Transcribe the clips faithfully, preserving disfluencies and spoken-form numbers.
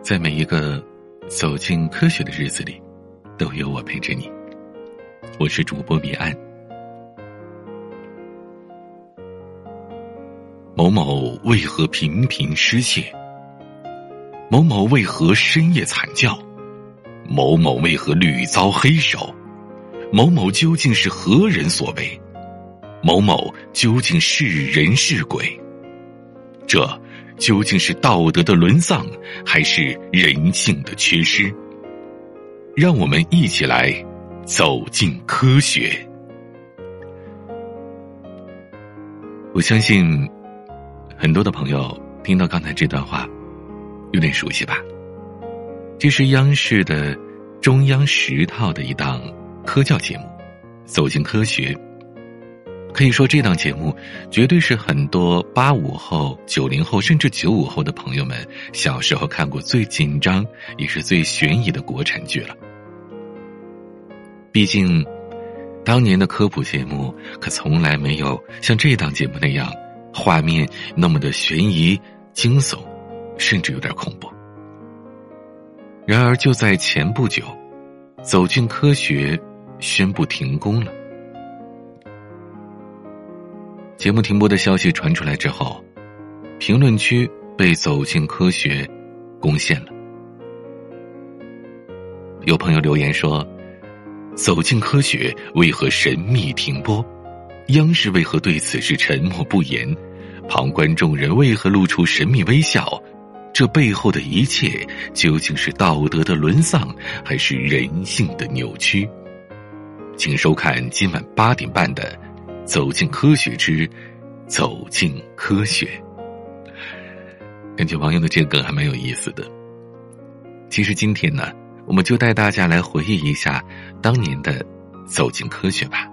在每一个走进科学的日子里，都有我陪着你。我是主播彼岸。某某为何频频失窃？某某为何深夜惨叫？某某为何屡遭黑手？某某究竟是何人所为？某某究竟是人是鬼？这究竟是道德的沦丧，还是人性的缺失？让我们一起来走进科学。我相信很多的朋友听到刚才这段话有点熟悉吧。这是央视的中央十套的一档科教节目《走进科学》。可以说这档节目绝对是很多八五后、九零后甚至九五后的朋友们小时候看过最紧张也是最悬疑的国产剧了。毕竟当年的科普节目可从来没有像这档节目那样画面那么的悬疑、惊悚，甚至有点恐怖。然而就在前不久，走进科学宣布停工了。节目停播的消息传出来之后，评论区被走进科学攻陷了。有朋友留言说，走进科学为何神秘停播？央视为何对此事沉默不言？旁观众人为何露出神秘微笑？这背后的一切究竟是道德的沦丧，还是人性的扭曲？请收看今晚八点半的走进科学之走进科学。感觉网友的这个梗还蛮有意思的。其实今天呢，我们就带大家来回忆一下当年的走进科学吧。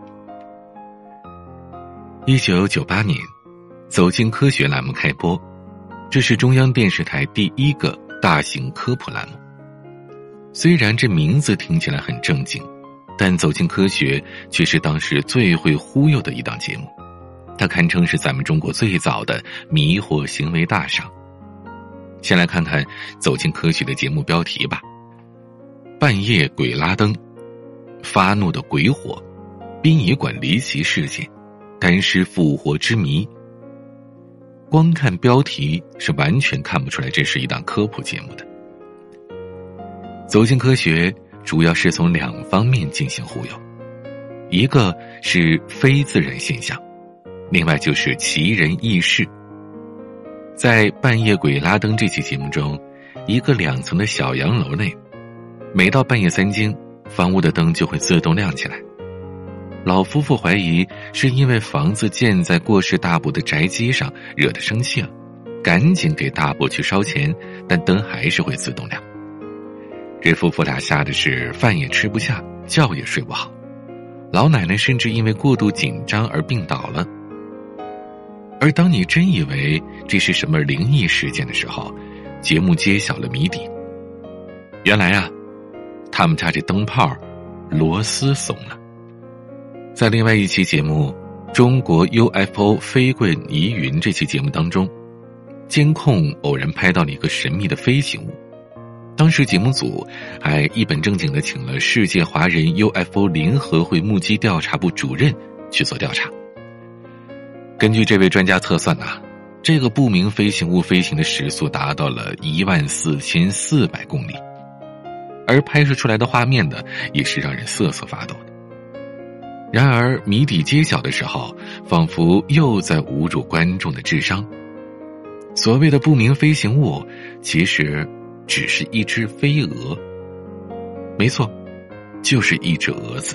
一九九八年，走进科学栏目开播，这是中央电视台第一个大型科普栏目。虽然这名字听起来很正经，但走进科学却是当时最会忽悠的一档节目，它堪称是咱们中国最早的迷惑行为大赏。先来看看走进科学的节目标题吧。半夜鬼拉灯，发怒的鬼火，殡仪馆离奇事件，干尸复活之谜。光看标题是完全看不出来这是一档科普节目的。走进科学主要是从两方面进行忽悠，一个是非自然现象，另外就是奇人异事。在半夜鬼拉灯这期节目中，一个两层的小洋楼内，每到半夜三更，房屋的灯就会自动亮起来。老夫妇怀疑是因为房子建在过世大伯的宅基上惹得生气了，赶紧给大伯去烧钱，但灯还是会自动亮。这夫妇俩吓的是饭也吃不下，觉也睡不好，老奶奶甚至因为过度紧张而病倒了。而当你真以为这是什么灵异事件的时候，节目揭晓了谜底。原来啊，他们家这灯泡螺丝松了。在另外一期节目《中国 U F O 飞棍疑云》这期节目当中，监控偶然拍到了一个神秘的飞行物。当时节目组还一本正经地请了世界华人 U F O 联合会目击调查部主任去做调查。根据这位专家测算啊，这个不明飞行物飞行的时速达到了一万四千四百公里，而拍摄出来的画面呢，也是让人瑟瑟发抖的。然而谜底揭晓的时候，仿佛又在侮辱观众的智商。所谓的不明飞行物，其实只是一只飞蛾。没错，就是一只蛾子。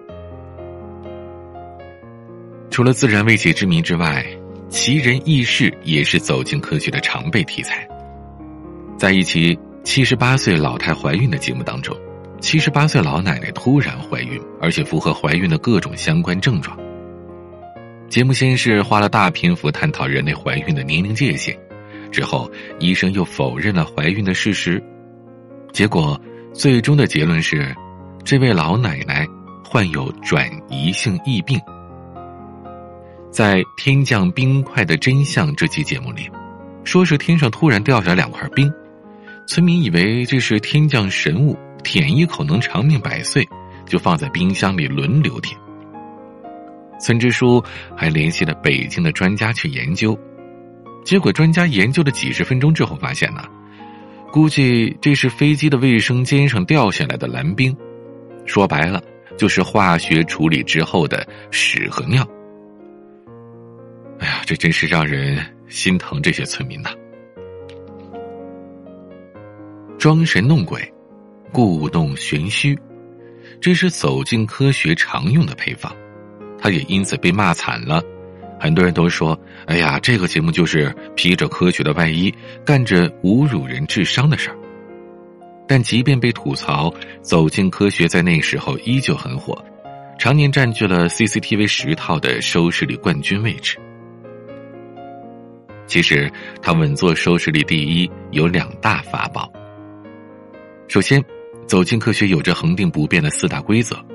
除了自然未解之谜之外，奇人异事也是走进科学的常备题材。在一期七十八岁老太怀孕的节目当中，七十八岁老奶奶突然怀孕，而且符合怀孕的各种相关症状。节目先是花了大篇幅探讨人类怀孕的年龄界限，之后医生又否认了怀孕的事实，结果最终的结论是，这位老奶奶患有转移性疫病。在《天降冰块的真相》这期节目里，说是天上突然掉下来两块冰， 村民以为这是天降神物，舔一口能长命百岁，就放在冰箱里轮流舔。村支书还联系了北京的专家去研究，结果专家研究了几十分钟之后发现呢，估计这是飞机的卫生间上掉下来的蓝冰，说白了就是化学处理之后的屎和尿。哎呀，这真是让人心疼这些村民呐！装神弄鬼，故弄玄虚，这是走进科学常用的配方，他也因此被骂惨了。很多人都说，哎呀，这个节目就是披着科学的外衣，干着侮辱人智商的事儿。但即便被吐槽，走进科学在那时候依旧很火，常年占据了 C C T V 十套的收视率冠军位置。其实他稳坐收视率第一有两大法宝。首先，走进科学有着恒定不变的四大规则：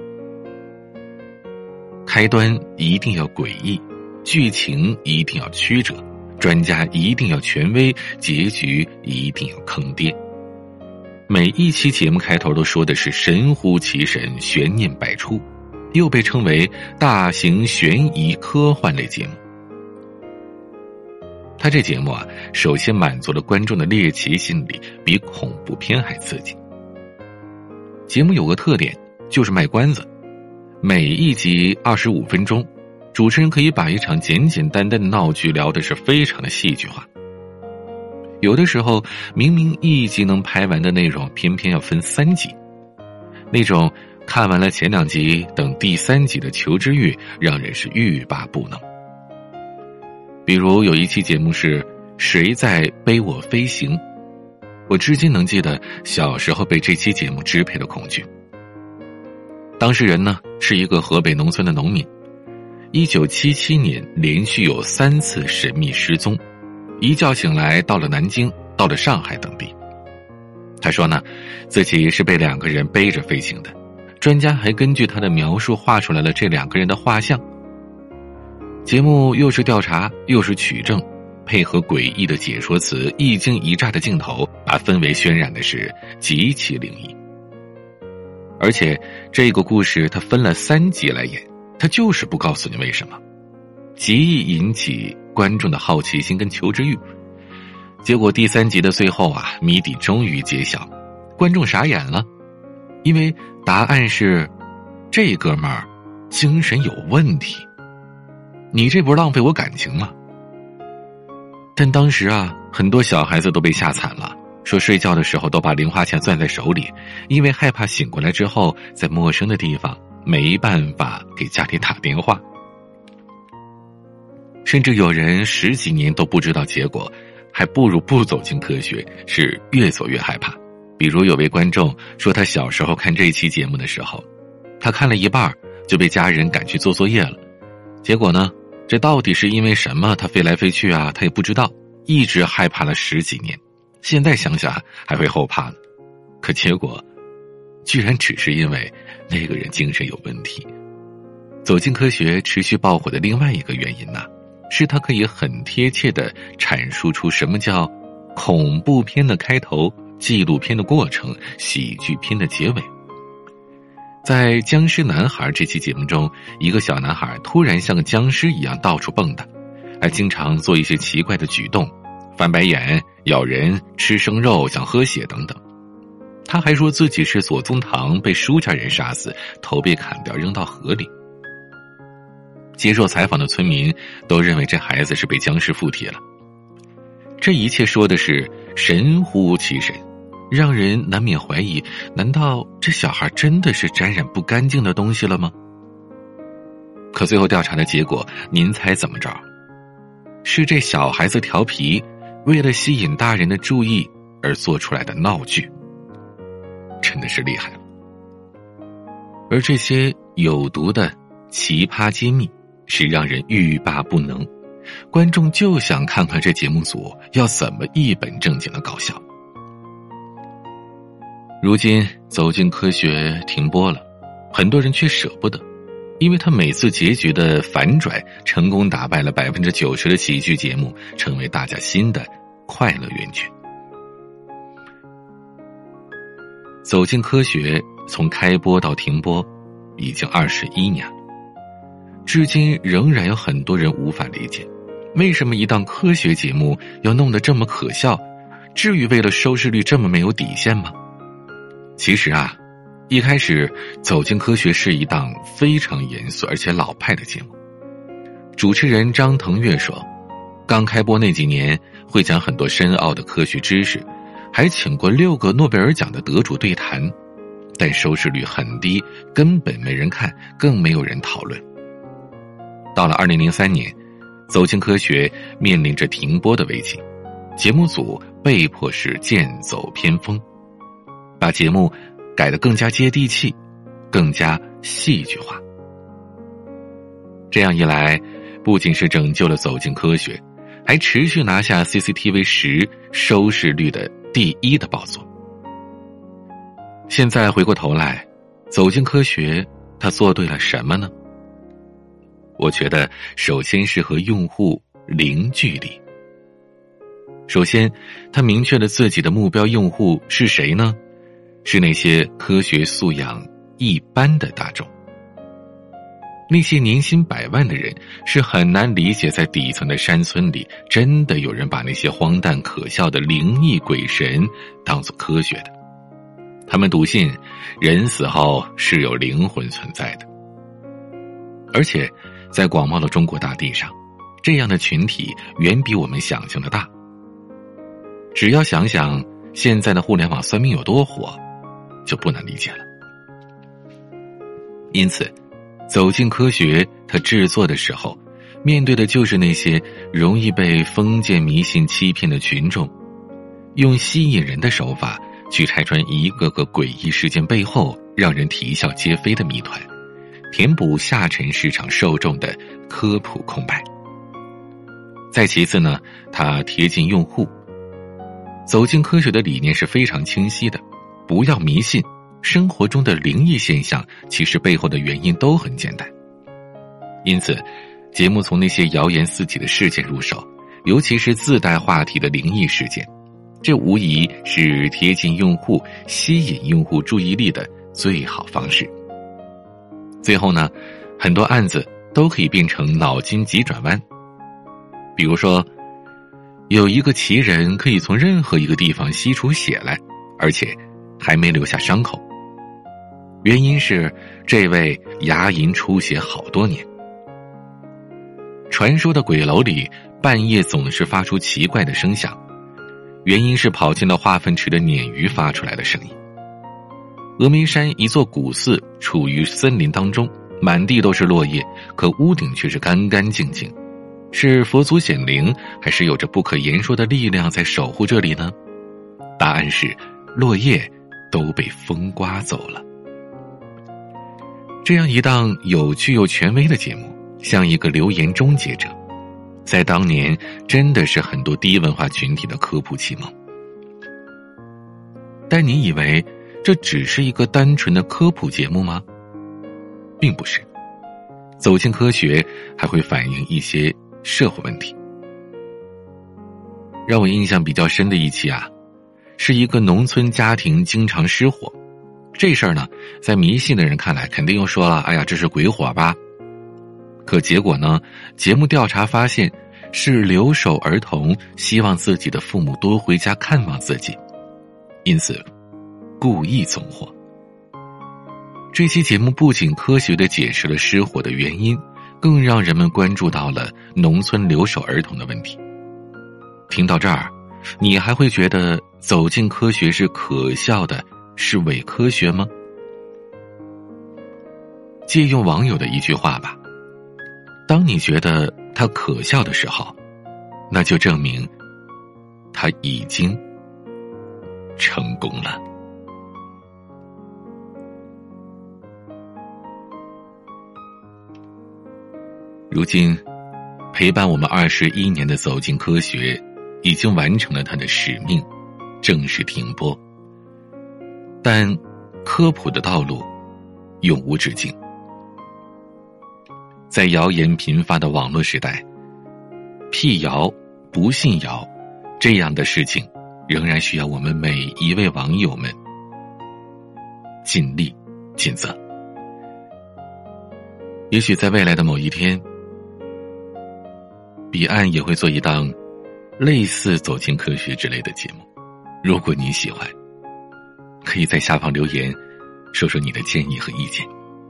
开端一定要诡异，剧情一定要曲折，专家一定要权威，结局一定要坑爹。每一期节目开头都说的是神乎其神，悬念百出，又被称为大型悬疑科幻类节目。他这节目啊，首先满足了观众的猎奇心理，比恐怖片还刺激。节目有个特点，就是卖关子，每一集二十五分钟，主持人可以把一场简简单单的闹剧聊的是非常的戏剧化。有的时候明明一集能拍完的内容，偏偏要分三集，那种看完了前两集等第三集的求知欲，让人是欲罢不能。比如有一期节目是谁在背我飞行，我至今能记得小时候被这期节目支配的恐惧。当事人呢是一个河北农村的农民，一九七七年连续有三次神秘失踪，一觉醒来到了南京，到了上海等地。他说呢，自己是被两个人背着飞行的，专家还根据他的描述画出来了这两个人的画像。节目又是调查又是取证，配合诡异的解说词，一惊一乍的镜头，把氛围渲染的是极其灵异。而且这个故事他分了三集来演，他就是不告诉你为什么，极易引起观众的好奇心跟求知欲。结果第三集的最后啊，谜底终于揭晓，观众傻眼了，因为答案是这哥们儿精神有问题。你这不是浪费我感情吗？但当时啊，很多小孩子都被吓惨了，说睡觉的时候都把零花钱攥在手里，因为害怕醒过来之后在陌生的地方没办法给家里打电话。甚至有人十几年都不知道结果，还不如不走进科学，是越走越害怕。比如有位观众说，他小时候看这期节目的时候，他看了一半就被家人赶去做作业了，结果呢，这到底是因为什么他飞来飞去啊，他也不知道，一直害怕了十几年，现在想想还会后怕呢。可结果居然只是因为那个人精神有问题。走进科学持续爆火的另外一个原因呢、啊，是它可以很贴切地阐述出什么叫恐怖片的开头，纪录片的过程，喜剧片的结尾。在《僵尸男孩》这期节目中，一个小男孩突然像个僵尸一样到处蹦跶，还经常做一些奇怪的举动，翻白眼、咬人、吃生肉、想喝血等等。他还说自己是左宗棠被舒家人杀死，头被砍掉扔到河里。接受采访的村民都认为这孩子是被僵尸附体了。这一切说的是神乎其神，让人难免怀疑，难道这小孩真的是沾染不干净的东西了吗？可最后调查的结果，您猜怎么着？是这小孩子调皮，为了吸引大人的注意而做出来的闹剧。真的是厉害了。而这些有毒的奇葩揭秘是让人欲罢不能，观众就想看看这节目组要怎么一本正经的搞笑。如今走进科学停播了，很多人却舍不得，因为他每次结局的反转成功打败了 百分之九十 的喜剧节目，成为大家新的快乐源泉。 走进科学从开播到停播已经二十一年了，至今仍然有很多人无法理解，为什么一档科学节目要弄得这么可笑，至于为了收视率这么没有底线吗？其实啊，一开始走进科学是一档非常严肃而且老派的节目。主持人张腾岳说，刚开播那几年会讲很多深奥的科学知识，还请过六个诺贝尔奖的得主对谈，但收视率很低，根本没人看，更没有人讨论。到了二零零三年，走进科学面临着停播的危机，节目组被迫是剑走偏锋，把节目改得更加接地气，更加戏剧化。这样一来，不仅是拯救了走进科学，还持续拿下 C C T V 十收视率的第一的宝座。现在回过头来，走进科学它做对了什么呢？我觉得首先是和用户零距离。首先，他明确了自己的目标用户是谁呢？是那些科学素养一般的大众。那些年薪百万的人是很难理解，在底层的山村里真的有人把那些荒诞可笑的灵异鬼神当作科学的。他们笃信人死后是有灵魂存在的。而且在广袤的中国大地上，这样的群体远比我们想象的大。只要想想现在的互联网算命有多火，就不难理解了。因此走进科学它制作的时候，面对的就是那些容易被封建迷信欺骗的群众，用吸引人的手法去拆穿一个个诡异事件背后让人啼笑皆非的谜团，填补下沉市场受众的科普空白。再其次呢，它贴近用户。走进科学的理念是非常清晰的，不要迷信，生活中的灵异现象其实背后的原因都很简单。因此节目从那些谣言四起的事件入手，尤其是自带话题的灵异事件，这无疑是贴近用户、吸引用户注意力的最好方式。最后呢，很多案子都可以变成脑筋急转弯。比如说，有一个奇人可以从任何一个地方吸出血来，而且还没留下伤口。原因是这位牙龈出血好多年。传说的鬼楼里半夜总是发出奇怪的声响，原因是跑进了化粪池的鲶鱼发出来的声音。峨眉山一座古寺处于森林当中，满地都是落叶，可屋顶却是干干净净。是佛祖显灵，还是有着不可言说的力量在守护这里呢？答案是落叶都被风刮走了。这样一档有趣又权威的节目，像一个流言终结者，在当年真的是很多低文化群体的科普启蒙。但你以为这只是一个单纯的科普节目吗？并不是。走进科学还会反映一些社会问题。让我印象比较深的一期啊，是一个农村家庭经常失火。这事儿呢，在迷信的人看来肯定又说了，哎呀，这是鬼火吧。可结果呢，节目调查发现是留守儿童希望自己的父母多回家看望自己，因此故意纵火。这期节目不仅科学地解释了失火的原因，更让人们关注到了农村留守儿童的问题。听到这儿，你还会觉得走进科学是可笑的，是伪科学吗？借用网友的一句话吧，当你觉得它可笑的时候，那就证明它已经成功了。如今陪伴我们二十一年的走进科学已经完成了它的使命，正式停播。但科普的道路永无止境。在谣言频发的网络时代，辟谣不信谣这样的事情仍然需要我们每一位网友们尽力尽责。也许在未来的某一天，彼岸也会做一档类似走进科学之类的节目，如果你喜欢，可以在下方留言说说你的建议和意见。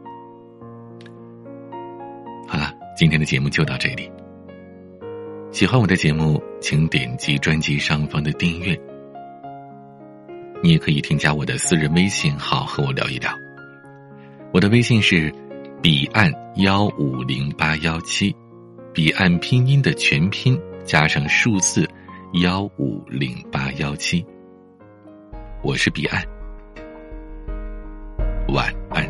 好了，今天的节目就到这里。喜欢我的节目，请点击专辑上方的订阅。你也可以添加我的私人微信号和我聊一聊。我的微信是彼岸幺五零八幺七，彼岸拼音的全拼加上数字幺五零八幺七。我是彼岸，晚安。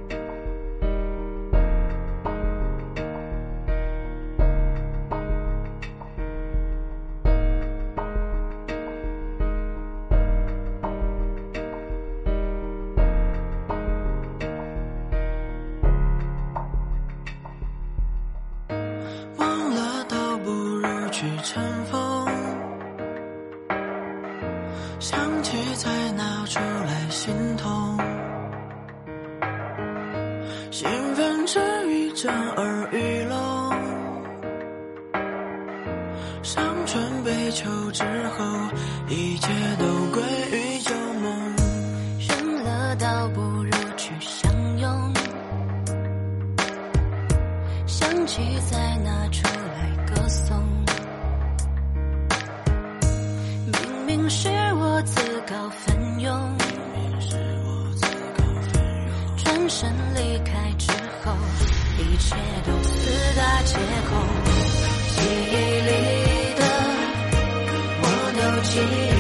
去尘封，想起再拿出来心痛，兴奋至于震耳欲聋，伤春悲秋之后，一切都归于旧梦， 认了倒不如去相拥，想起再拿出来歌颂，是我自告奋勇，转身离开之后，一切都似打借口，记忆里的我都记